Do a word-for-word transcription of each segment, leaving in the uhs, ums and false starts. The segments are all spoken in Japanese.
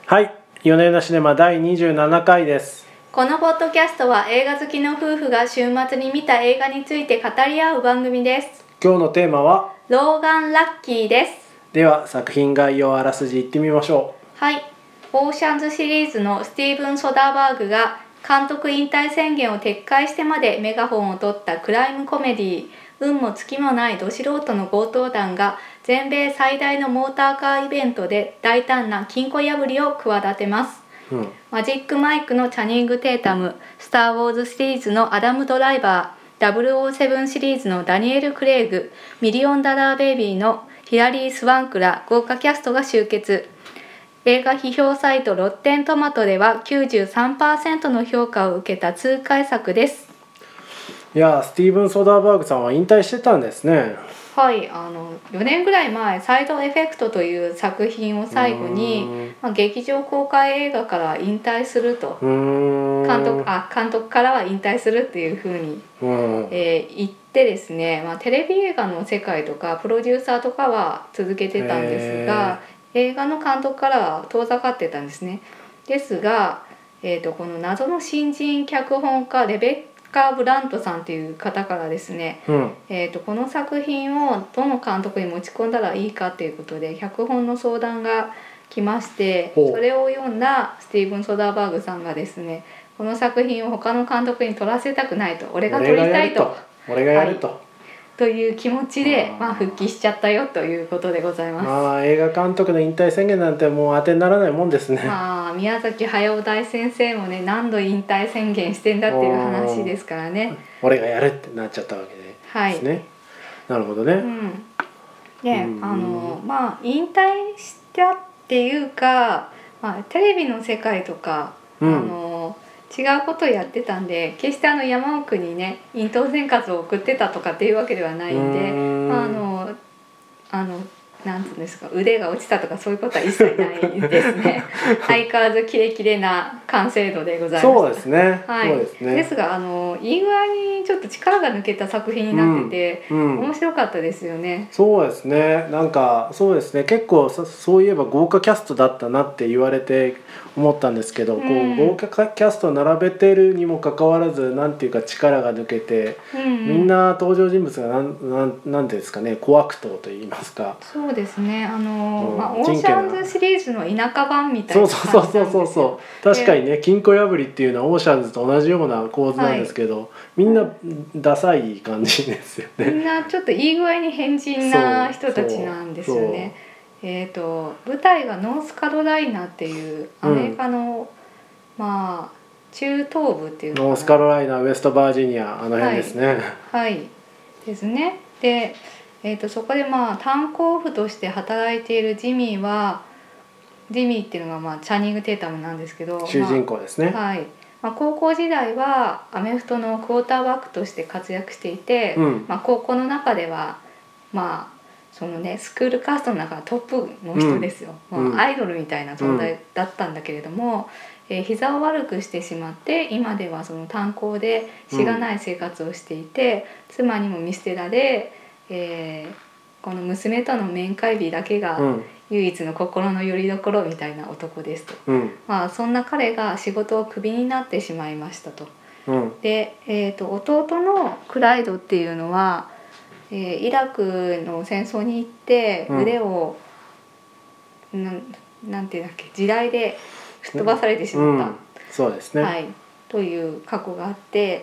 はい、よねんのシネマだいにじゅうななかいです。 このポッドキャストは映画好きの夫婦が週末に見た映画について語り合う番組です。 今日のテーマはローガン・ラッキーです。 では作品概要あらすじいってみましょう。はい、オーシャンズシリーズのスティーブン・ソダーバーグが監督引退宣言を撤回してまでメガホンを取ったクライムコメディ運も月もないど素人の強盗団が全米最大のモーターカーイベントで大胆な金庫破りを企てます。うん、マジックマイクのチャニング・テータム、スター・ウォーズシリーズのアダム・ドライバー、ダブルオーセブンシリーズのダニエル・クレイグ、ミリオンダラー・ベイビーのヒラリー・スワンクら豪華キャストが集結。映画批評サイトロッテントマトでは きゅうじゅうさんパーセント の評価を受けた痛快作です。 いやスティーブン・ソダーバーグさんは引退してたんですね。 はい、あのよねんぐらい前サイドエフェクトという作品を最後に、まあ、劇場公開映画から引退すると監督あ監督からは引退するっていうふうに、えー、言ってですね、まあ、テレビ映画の世界とかプロデューサーとかは続けてたんですが、映画の監督からは遠ざかってたんですね。ですが、えーと、この謎の新人脚本家レベッカー・ブラントさんという方からですね、うん、えーと、この作品をどの監督に持ち込んだらいいかということで脚本の相談が来まして、それを読んだスティーブン・ソダーバーグさんがですね、この作品を他の監督に撮らせたくないと、俺が撮りたいと、 俺がやると、 はい、という気持ちでまあ、復帰しちゃったよということでございます。 ああ、映画監督の引退宣言なんてもう当てにならないもんですね。 まあ、宮崎駿大先生もね、何度引退宣言してんだっていう話ですからね。 俺がやるってなっちゃったわけですね。はい、なるほどね。うん、 で、あのまあ引退したっていうか、まあ、テレビの世界とか、うん、あの違うことをやってたんで、決してあの山奥にね隠遁生活を送ってたとかっていうわけではないんで、まあ、あのあのなんていうんですか、腕が落ちたとかそういうことは一切ないですね。相変わらずキレキレな完成度でございます。 そうですね。 はい。そうですね。ですがあのいい具合にちょっと力が抜けた作品になってて、うんうん、面白かったですよね。 そうですね。なんかそうですね。結構そそういえば豪華キャストだったなって言われて思ったんですけど、うん、こう豪華キャストを並べてるにもかかわらず、なんていうか力が抜けて、うんうん、みんな登場人物がなんなんなんていうんですかね、小悪党と言いますか。 そうですね。あの、うん、まあ、オーシャンズシリーズの田舎版みたいな感じなんですよ。 そうそうそうそうそう。確かにね、金庫破りっていうのはオーシャンズと同じような構図なんですけど、はい、みんなダサい感じですよね。 みんなちょっといい具合に変人な人たちなんですよね。えーと、舞台がノースカロライナっていうアメリカの、うん、まあ中東部っていうのかな、 ノースカロライナ、ウェストバージニア、あの辺ですね。 はい、はい、ですね。で、えーと、そこでまあ炭鉱夫として働いているジミーはジミーっていうのがまあチャニング・テータムなんですけど、 主人公ですね。 まあ、はい、まあ、高校時代はアメフトのクォーターバックとして活躍していて、うん、まあ、高校の中ではまあそのねスクールカーストの中のトップの人ですよ、うん、まあ、アイドルみたいな存在だったんだけれども、うん、えー、膝を悪くしてしまって今ではその炭鉱でしがない生活をしていて、うん、妻にも見捨てられ、えー、この娘との面会日だけが唯一の心の拠り所みたいな男ですと、うん、まあ、そんな彼が仕事をクビになってしまいましたと。うん、で、えーと、弟のクライドっていうのは、えー、イラクの戦争に行って腕を、うん、な, なんていうんだっけ、地雷で吹っ飛ばされてしまった、うん、 そうですね、 はい、という過去があって、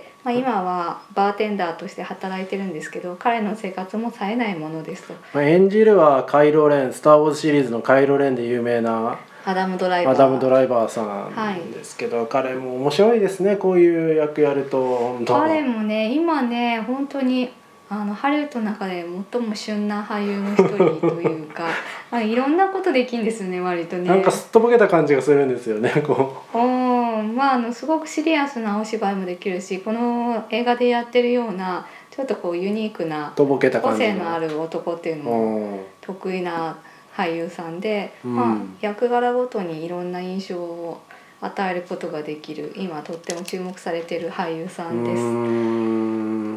まあ、今はバーテンダーとして働いてるんですけど、彼の生活も冴えないものですと。 まあ、演じるはカイロレン、スター・ウォーズシリーズのカイロレンで有名なアダム・ドライバーアダム・ドライバーさんですけど、はい、彼も面白いですね、こういう役やると。 彼もね今ね本当にあのハリウッドの中で最も旬な俳優の一人というかまあいろんなことできるんですよね、割とね。 なんかすっとぼけた感じがするんですよね、こう。 おまあ、あのすごくシリアスなお芝居もできるし、この映画でやってるようなちょっとこうユニークな個性のある男っていうのも得意な俳優さんで、うん、まあ、役柄ごとにいろんな印象を与えることができる、今とっても注目されている俳優さんです。うーん、うん、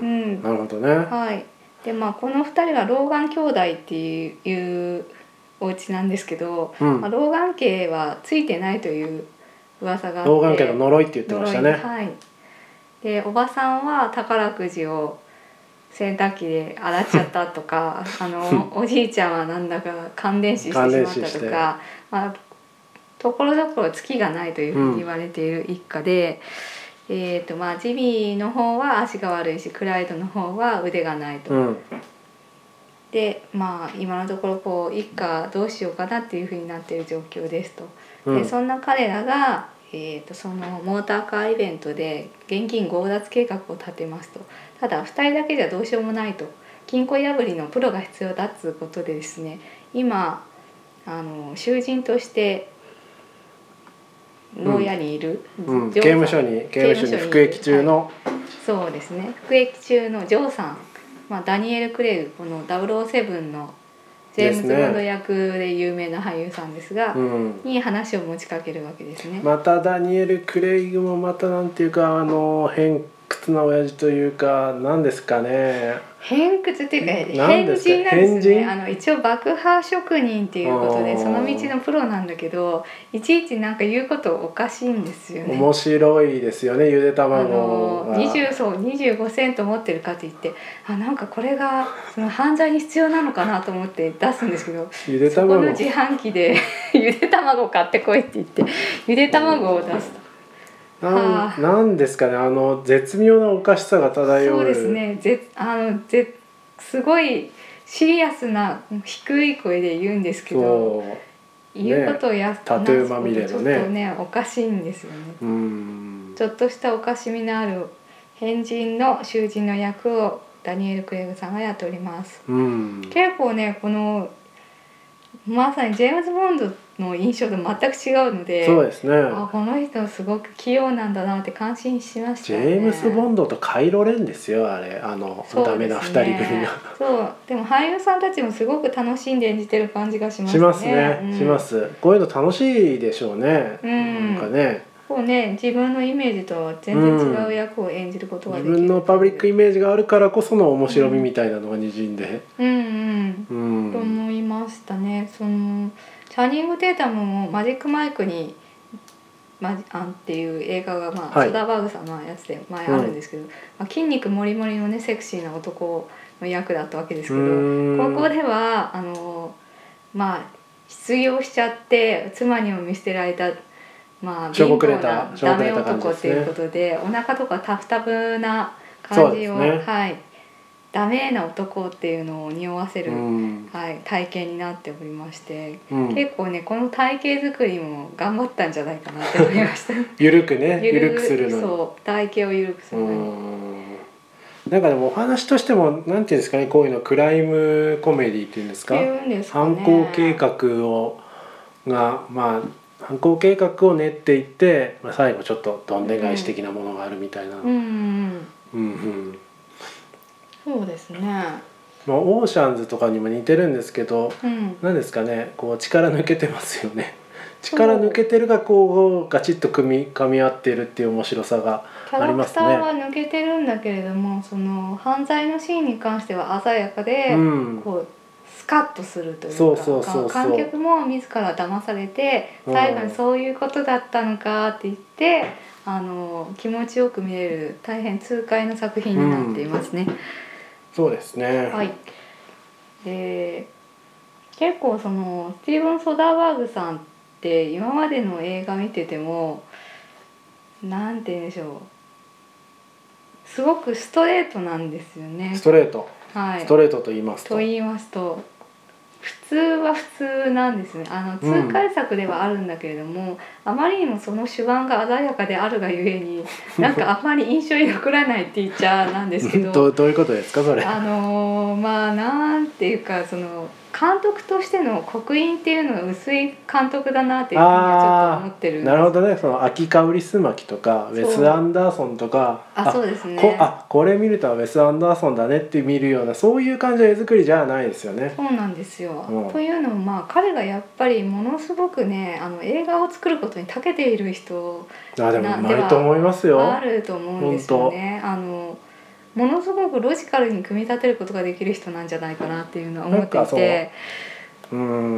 なるほどね。 はい。でまあこのふたりはローガン兄弟っていうお家なんですけど、 うんまあ、老眼鏡はついてないという噂があって、 老眼鏡の呪いって言ってましたね。 はい、でおばさんは宝くじを洗濯機で洗っちゃったとかあのおじいちゃんはなんだか感電死してしまったとか、まあ、ところどころ月がないというふうに言われている一家で、うん、えーとまあ、ジミーの方は足が悪いしクライドの方は腕がないと。うん、でまあ今のところこう一家どうしようかなっていうふうになっている状況ですと。でそんな彼らが、えー、とそのモーターカーイベントで現金強奪計画を立てますと。ただふたりだけじゃどうしようもないと。金庫破りのプロが必要だっつうことでですね、今あの囚人として牢屋にいる、 うんうん、刑務所に刑務所に服役中の、 はい、そうですね服役中のジョーさん、まあ、ダニエル・クレイグ、このダブルオーセブンのジェームズ・ボンド役で有名な俳優さんですが、うん、に話を持ちかけるわけですね。 またダニエル・クレイグもまたなんていうかあの偏屈な親父というか何ですかね、 偏屈っていうか変人なんですね。あの一応爆破職人っていうことでその道のプロなんだけど、いちいちなんか言うことおかしいんですよね。 面白いですよね。ゆで卵がにじゅうそうにじゅうごセント持ってるかって言って、あなんかこれがその犯罪に必要なのかなと思って出すんですけど、 ゆでそこの自販機でゆで卵買ってこいって言ってゆで卵を出すと。 なん、なんですかね、あの絶妙なおかしさが漂う。 そうですね。ぜあのぜすごいシリアスな低い声で言うんですけど、言うことをや、ね、 タトゥーまみれのね、 ちょっとねおかしいんですよね。うんちょっとしたおかしみのある変人の囚人の役をダニエル・クレイグさんがやっております。うん結構ねこのまさにジェームズ・ボンドの印象と全く違うので、 そうですね、 あこの人すごく器用なんだなって感心しましたね。 ジェームズ・ボンドとカイロ・レンですよあれ、あの、ね、ダメなふたり組が。 そうでも俳優さんたちもすごく楽しんで演じてる感じがしますね。 しますね、うん、します。こういうの楽しいでしょうね、うん、なんかねこうね自分のイメージとは全然違う役を演じることができる、 うん、自分のパブリックイメージがあるからこその面白みみたいなのがにじんで、 うん、うんうんうんと思いましたね。そのチャニング・テータムもマジック・マイクにマジアンっていう映画が、まあはい、ソダーバーグさんのやつで前あるんですけど、うんまあ、筋肉もりもりのねセクシーな男の役だったわけですけど、高校ではあのまあ失業しちゃって妻にも見捨てられた、まあ、貧乏なダメ男っていうことで、ね、お腹とかタフタフな感じを、ねはい、ダメな男っていうのを匂わせる、うんはい、体型になっておりまして、うん、結構ねこの体型作りも頑張ったんじゃないかなって思いました。 ゆるくねゆるくするのにそう体型をゆるくするのに。 なんかでもお話としてもなんていうんですかね、こういうのクライムコメディっていうんですか、 ですかね、 犯行計画をがまあ犯行計画を練っていって、まあ、最後ちょっとどんでん返し的なものがあるみたいな、うんうんうんうんそうですね。 まあ、オーシャンズとかにも似てるんですけど、うん、なんですかね、こう力抜けてますよね。力抜けてるがこうガチッと組み噛み合っているっていう面白さがありますね。 キャラクターは抜けてるんだけれども、その犯罪のシーンに関しては鮮やかで、うん、こうスカッとするというか、そうそうそうそう、観客も自ら騙されて最後にそういうことだったのかって言って、うん、あの気持ちよく見れる大変痛快な作品になっていますね。うん、 そうですね。 はい。で結構そのスティーブン・ソダーバーグさんって今までの映画見ててもなんて言うんでしょう、すごくストレートなんですよね。 ストレート、 はい、 ストレートと言いますとと言いますと普通は普通なんですね。あの痛快作ではあるんだけれども、うん、あまりにもその手腕が鮮やかであるがゆえになんかあまり印象に残らないって言っちゃなんですけどど, どういうことですかそれ。 あのまあなんていうか、その監督としての刻印っていうのが薄い監督だなっていうふうにはちょっと思ってるんです。 なるほどね。その秋香りすまきとかウェス・アンダーソンとか、 あそうですね、 こあこれ見るとウェス・アンダーソンだねって見るようなそういう感じの絵作りじゃないですよね。 そうなんですよ、うん、というのもまあ彼がやっぱりものすごくねあの映画を作ることに長けている人あでもうまいと思いますよ。 あると思うんですよね。あのものすごくロジカルに組み立てることができる人なんじゃないかなっていうのは思っていて、 うん、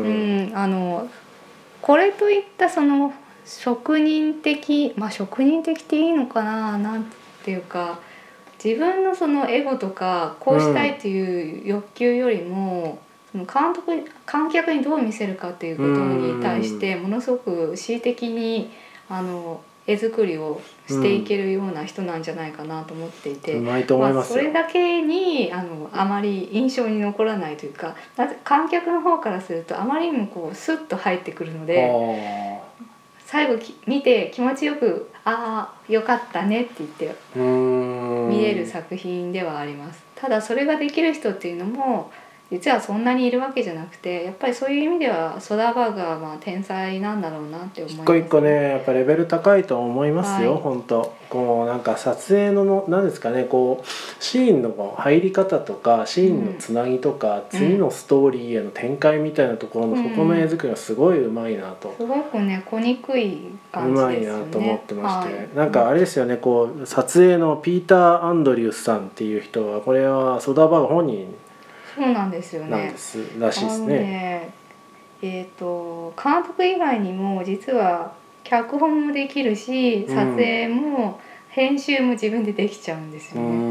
うん、 あのこれといったその職人的まあ職人的っていいのかな、なんていうか自分のそのエゴとかこうしたいっていう欲求よりも、その監督観客にどう見せるかっていうことに対してものすごく恣意的にあの絵作りをしていけるような人なんじゃないかなと思っていて、 うまいと思いますよ。 まあ、それだけにあのあまり印象に残らないというか、なぜ観客の方からするとあまりにもこうスッと入ってくるので、最後見て気持ちよく「ああよかったね」って言って見れる作品ではあります。ただそれができる人っていうのも実はそんなにいるわけじゃなくて、やっぱりそういう意味ではソダーバーグはまあ天才なんだろうなって思います、ね、 一個一個ねやっぱレベル高いと思いますよ、はい、本当こうなんか撮影の何ですかね、こうシーンの入り方とかシーンのつなぎとか、うん、次のストーリーへの展開みたいなところの、うん、そこの絵作りがすごいうまいなと、 すごくね小憎い感じですよね。 うまいなと思ってまして、 はい、 なんかあれですよね、こう撮影のピーター・アンドリュースさんっていう人はこれはソダーバーグ本人そうなんですよね。 なんですらしいですね。 ねえーと、監督以外にも実は脚本もできるし撮影も編集も自分でできちゃうんですよね。うん、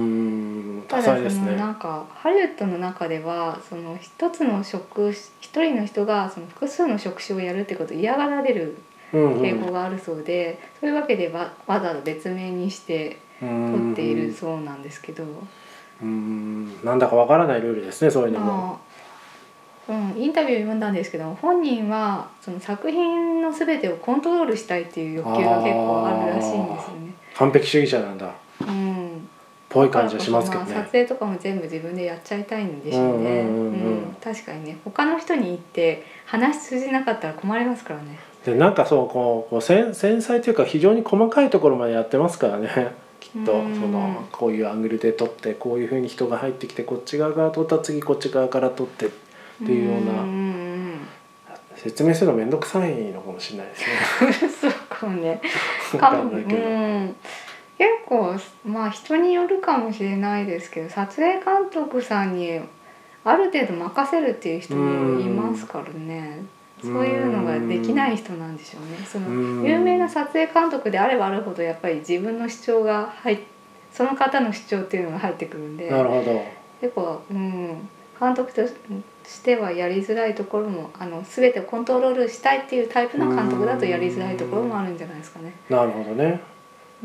ただそのなんかハリウッドの中ではその一つの職一人の人がその複数の職種をやるってことを嫌がられる傾向があるそうで、うんうん、そういうわけでわわざわざ別名にして撮っているそうなんですけど、 うーんなんだかわからないルールですね、そういうのも。まあ、うん、インタビューを読んだんですけど、本人はその作品の全てをコントロールしたいっていう欲求が結構あるらしいんですよね。 完璧主義者なんだ。 うん。 ぽい感じはしますけどね。 まあ、撮影とかも全部自分でやっちゃいたいんでしょうね。確かにね、他の人に言って話通じなかったら困りますからね。 でなんかそうこうこう繊繊細というか非常に細かいところまでやってますからね。きっとそのこういうアングルで撮ってこういうふうに人が入ってきてこっち側から撮った次こっち側から撮ってっていうような、説明するのめんどくさいのかもしれないですね。 そうかもね。かもうん結構まあ人によるかもしれないですけど、撮影監督さんにある程度任せるっていう人もいますからね。そういうのができない人なんでしょうね。その有名な撮影監督であればあるほどやっぱり自分の主張が入っその方の主張っていうのが入ってくるんで、 なるほど。 結構、うん、監督としてはやりづらいところもあの全てをコントロールしたいっていうタイプの監督だとやりづらいところもあるんじゃないですかね。 なるほどね。うん、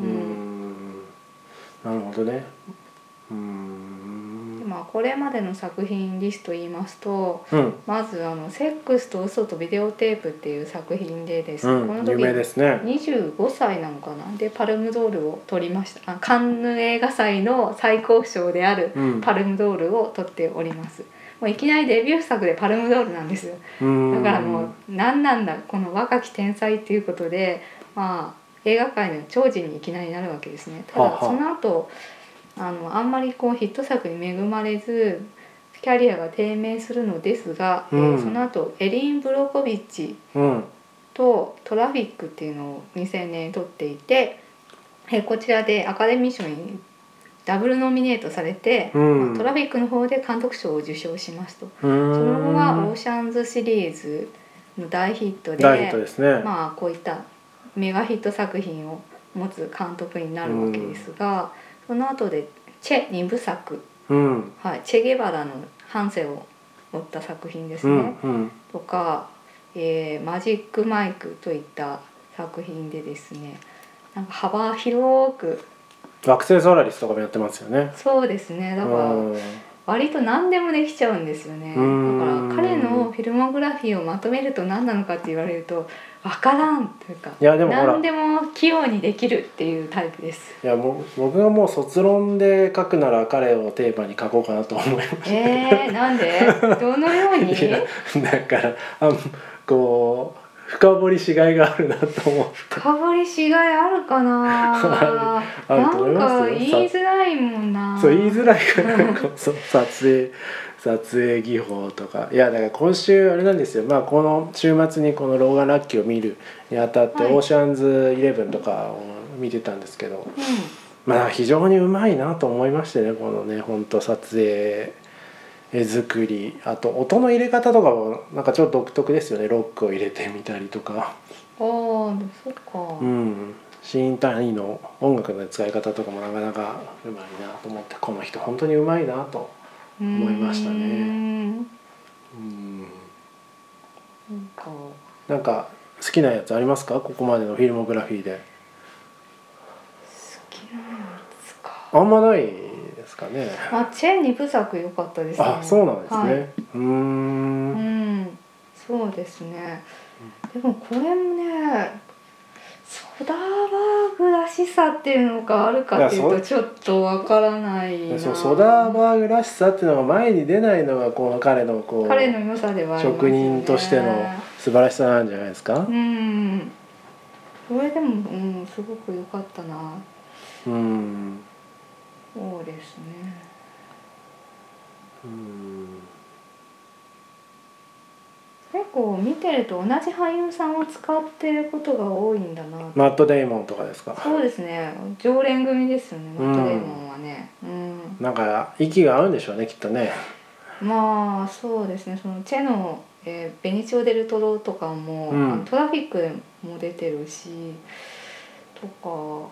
なるほどね。うんまあ、これまでの作品リスト言いますと、 うん、 まずあの「セックスと嘘とビデオテープ」っていう作品でです、 うん、 この時有名ですね。 にじゅうごさいなのかなでパルムドールを取りました。あカンヌ映画祭の最高賞であるパルムドールを取っております、うん、もういきなりデビュー作でパルムドールなんですよ。だからもう何なんだこの若き天才っていうことで、まあ、映画界の寵児にいきなりなるわけですね。ただその後あのあんまりこうヒット作に恵まれずキャリアが低迷するのですが、うんえー、その後エリン・ブロコビッチとトラフィックっていうのをにせんねんに撮っていて、えー、こちらでアカデミー賞にダブルノミネートされて、うんまあ、トラフィックの方で監督賞を受賞しますと。その後はオーシャンズシリーズの大ヒットで、 大ヒットですね。 まあ、こういったメガヒット作品を持つ監督になるわけですが、その後でチェにぶさく、うんはい、チェゲバラの半生を追った作品ですね、うんうん、とか、えー、マジックマイクといった作品でですね、なんか幅広く惑星ソラリスとかもやってますよね。 そうですね、だから割と何でもできちゃうんですよね。だから彼のフィルモグラフィーをまとめると何なのかって言われると分からんというか、いやでもほら何でも器用にできるっていうタイプです。 いやもう僕がもう卒論で書くなら彼をテーマに書こうかなと思いました。 えー、なんでどのようにだからあこう深掘りしがいがあるなと思って。 深掘りしがいあるかなあると思います。なんか言いづらいもんな。 そう言いづらいからこそ撮影撮影技法とか、いやだから今週あれなんですよ、まあこの週末にこのローガン・ラッキーを見るにあたって、はい、オーシャンズイレブンとかを見てたんですけど、うん、まあ非常にうまいなと思いましてね、このね本当撮影絵作り、あと音の入れ方とかもなんかちょっと独特ですよね。ロックを入れてみたりとか。 ああ、そっか。 うん。シーン単位の音楽の使い方とかもなかなかうまいなと思って、この人本当にうまいなと思いましたね。うんうんなんかなんか好きなやつありますか？ここまでのフィルモグラフィーで。 好きなやつか。 あんまないですかね。 あ、チェン二部作良かったですね。 あ、そうなんですね。 はい、 うーん。 うん、そうですね。でもこれもね、ソダーバーグらしさっていうのがあるかっていうとちょっとわからないな。 そう、ソダーバーグらしさっていうのが前に出ないのがこの彼のこう彼の良さではありますよね。 職人としての素晴らしさなんじゃないですか。 うん。それでも、うん、すごく良かったな。 うん。 そうですね。 うん。 結構見てると同じ俳優さんを使ってることが多いんだな。 マット・デイモンとかですか。 そうですね。常連組ですよね。マット・デイモンはね。うん。 なんか息が合うんでしょうね、きっとね。 まあそうですね。そのチェの、えーベニチオ・デルトロとかも、 うんあのトラフィックも出てるしとか、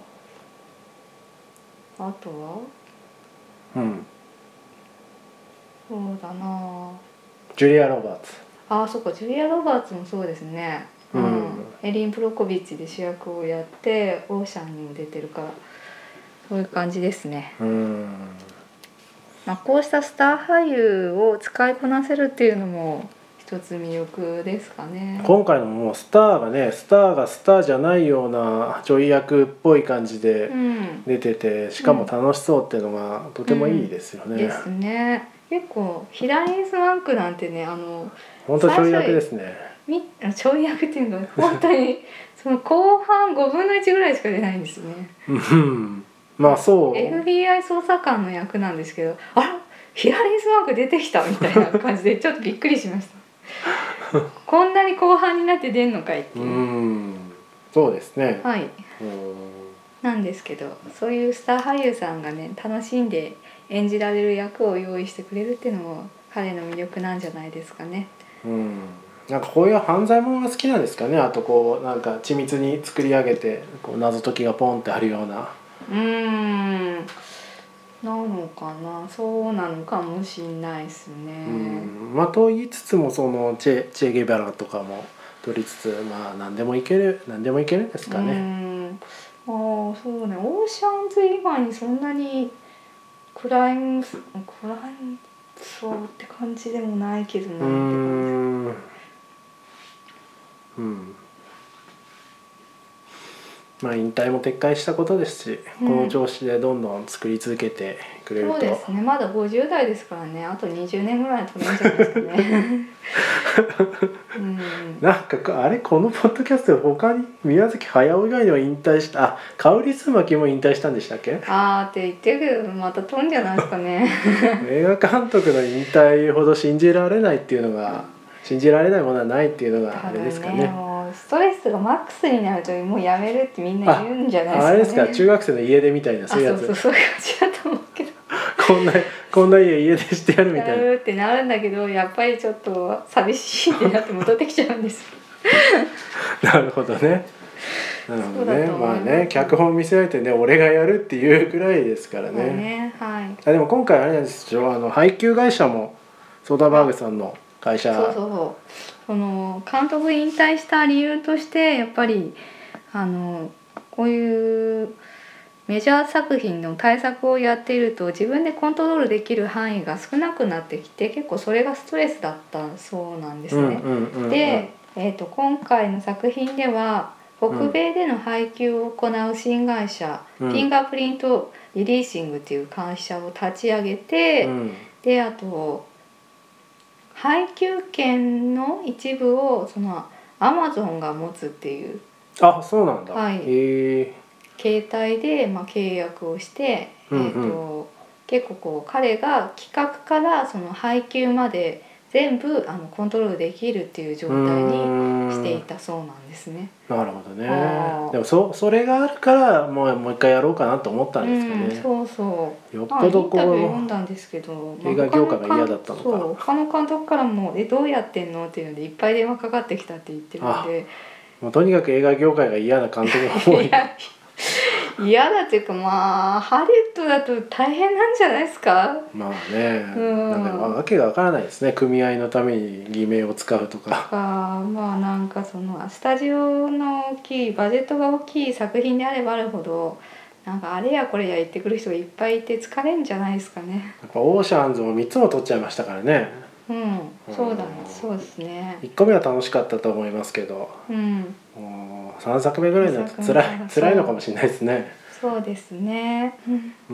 あとはうん。 そうだな。 ジュリア・ロバーツ。 ああ、そっか、ジュリア・ロバーツもそうですね。うん。 うん。 エリン・プロコビッチで主役をやってオーシャンにも出てるから、そういう感じですね。 うん。 まあ、こうしたスター俳優を使いこなせるっていうのも一つ魅力ですかね。 今回のもうスターがね、スターがスターじゃないような女医役っぽい感じでうん出てて、しかも楽しそうっていうのがとてもいいですよね。 ですね。結構ヒラリー・スワンクなんてね、あの本当ちょい役ですね。 みちょい役っていうのは本当にその後半ごぶんのいちぐらいしか出ないんですね。 うんまあそう。 エフビーアイ 捜査官の役なんですけど、あらヒラリー・スワンク出てきたみたいな感じでちょっとびっくりしました。こんなに後半になって出んのかいっていう。 うんそうですね。 はい。 うんなんですけど、そういうスター俳優さんがね楽しんで演じられる役を用意してくれるっていうのも彼の魅力なんじゃないですかね。 うんなんかこういう犯罪ものが好きなんですかね。あとこうなんか緻密に作り上げてこう謎解きがポンってあるような。 うーんなのかな、そうなのかもしれないですね。 うんまあと言いつつもそのチェチェゲバラとかも取りつつ、まあ何でもいける何でもいけるんですかね。 うんああそうね、オーシャンズ以外にそんなにクライムクライムそうって感じでもないけどなってう感じ。 んうんまあ引退も撤回したことですし、 うんこの調子でどんどん作り続けてくれると。 そうですね、まだごじゅう代ですからね、あとにじゅうねんぐらい取れるんじゃないですかね。うん、 なんかあれこのポッドキャストで他に宮崎駿以外には引退したあ香織椿も引退したんでしたっけ？ あーって言ってるけどまた飛んじゃないですかね。 映画監督の引退ほど信じられないっていうのが信じられないものはないっていうのがあれですかね。 もうストレスがマックスになるともうやめるってみんな言うんじゃないですかね。 あれですか、中学生の家出みたいなそういうやつ。 あそうそうそういう感じだと思うけど。 こんなこんな家家出してやるみたいな。 やるってなるんだけどやっぱりちょっと寂しいってなって戻ってきちゃうんです。 なるほどね。なるほどね。まあね脚本見せられてね俺がやるっていうくらいですからね。 まあねはい、 あでも今回あれなんですよ、あの配給会社もソーダバーグさんの会社。 そうそうそうその監督引退した理由としてやっぱりあのこういうメジャー作品の対策をやっていると自分でコントロールできる範囲が少なくなってきて結構それがストレスだったそうなんですね。で、えーと、今回の作品では北米での配給を行う新会社、うん、フィンガープリントリリーシングっていう会社を立ち上げて、うん、であと配給権の一部をそのアマゾンが持つっていう。 あ、そうなんだ。 はい。 へー。 携帯でまあ契約をして、うんうん、えーと、結構こう彼が企画からその配給まで全部あのコントロールできるっていう状態にしていたそうなんですね。 なるほどね。でも そ, それがあるからもうもう一回やろうかなと思ったんですかね。 うん、そうそうよっぽどこう、 まあ、インタビュー読んだんですけど、 映画業界が嫌だったのか。 そう他の監督からも「えどうやってんの?」っていうのでいっぱい電話かかってきたって言ってるんで、 もうとにかく映画業界が嫌な監督が多い。 いや嫌だっていうか、まあハリウッドだと大変なんじゃないですか。 まあね、 うん、 なんかわけがわからないですね。組合のために偽名を使うとか。 あまあなんかそのスタジオの大きいバジェットが大きい作品であればあるほどなんかあれやこれや言ってくる人がいっぱいいて疲れんじゃないですかね。 やっぱオーシャンズもみっつも取っちゃいましたからね。 うん、そうだね、そうですね。 いっこめは楽しかったと思いますけど、 うん、 もうさんさくめぐらいになると辛い辛いのかもしれないですね。 そうですね。 うん。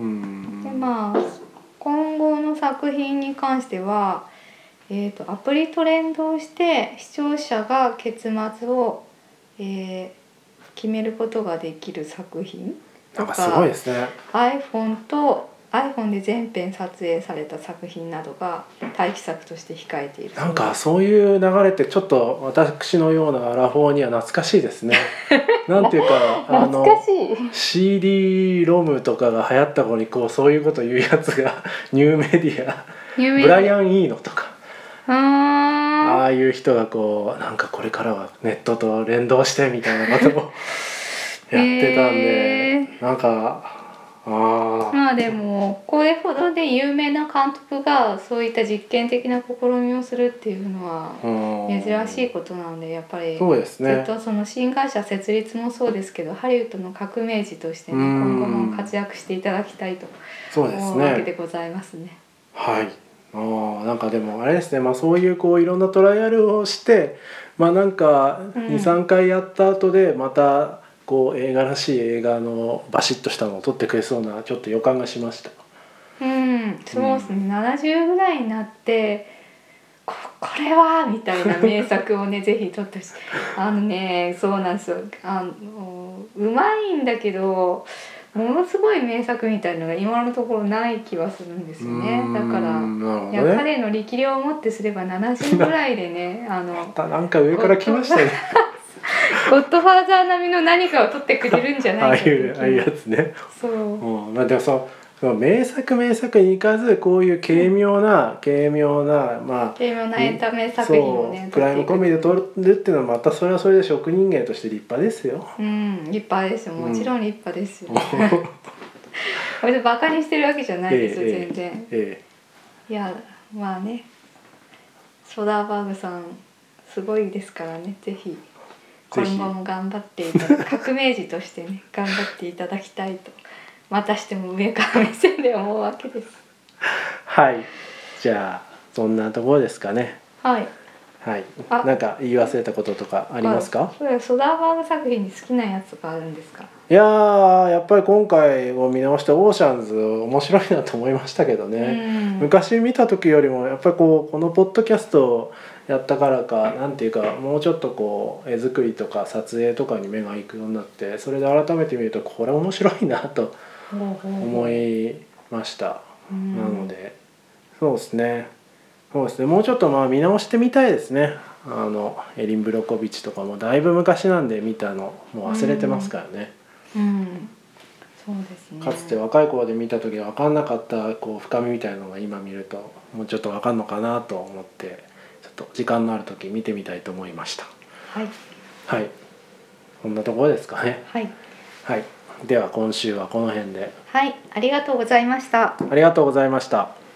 でまあ今後の作品に関しては、えーと、アプリと連動して視聴者が結末を、えー、決めることができる作品とか、 なんかすごいですね。 iPhone と iPhone で全編撮影された作品などが待機作として控えている。 なんかそういう流れってちょっと私のようなアラフォーには懐かしいですね。なんていうかあの シーディー ロムとかが流行った頃にこうそういうこと言うやつがニューメディアブライアン・イーノとかああいう人がこうなんかこれからはネットと連動してみたいなことをやってたんで、えー、なんかあまあでもこれほどで有名な監督がそういった実験的な試みをするっていうのは珍しいことなのでやっぱりそうですね。 ずっとその新会社設立もそうですけどハリウッドの革命児としてね今後も活躍していただきたいと思うわけでございますね。 はい。あなんかでもあれですね、まあ、そういうこういろんなトライアルをしてまあなんかにさんかいやった後でまたこう映画らしい映画のバシッとしたのを撮ってくれそうなちょっと予感がしました。 うんそうですね、うん、ななじゅうぐらいになってこ, これはみたいな名作をねぜひ撮ってほしい。あのねそうなんですよ、あのうまいんだけどものすごい名作みたいなのが今のところない気はするんですよね。だから、ね、いや彼の力量をもってすればななじゅうぐらいでねあのまたなんか上から来ましたね。 ゴッドファーザー並みの何かを撮ってくれるんじゃないかっていうああいうやつね。 そう、 うん、まあでもそうその名作名作に行かずこういう軽妙な、うん、軽妙なまあ軽妙なエンタメ作品をねプライムコメディで撮るっていうのはまたそれはそれで職人芸として立派ですよ。 うん立派ですよ、もちろん立派ですよ、うん、バカにしてるわけじゃないですよ、ええ、全然、ええ、いやまあねソダーバーグさんすごいですからね、ぜひ今後も頑張っていただ革命児としてね頑張っていただきたいとまたしても上から目線で思うわけです。 はい、じゃあそんなところですかね。 はいはい、なんか言い忘れたこととかありますか？ それソダーバーグ作品に好きなやつがあるんですか？ いやーやっぱり今回を見直してオーシャンズ面白いなと思いましたけどね、うん、昔見た時よりもやっぱりこうこのポッドキャストをやったからかなんていうかもうちょっとこう絵作りとか撮影とかに目がいくようになってそれで改めて見るとこれ面白いなと思いました、うん、なのでそうですねそうですねもうちょっとまあ見直してみたいですね。あのエリン・ブロコビッチとかもだいぶ昔なんで見たのもう忘れてますからね、 うん、うん、そうですね。 かつて若い頃で見た時は分かんなかったこう深みみたいなのが今見るともうちょっと分かんのかなと思ってちょっと時間のある時見てみたいと思いました。 はいはい、こんなところですかね。 はい、 はい、では今週はこの辺で。 はい、ありがとうございました。 ありがとうございました。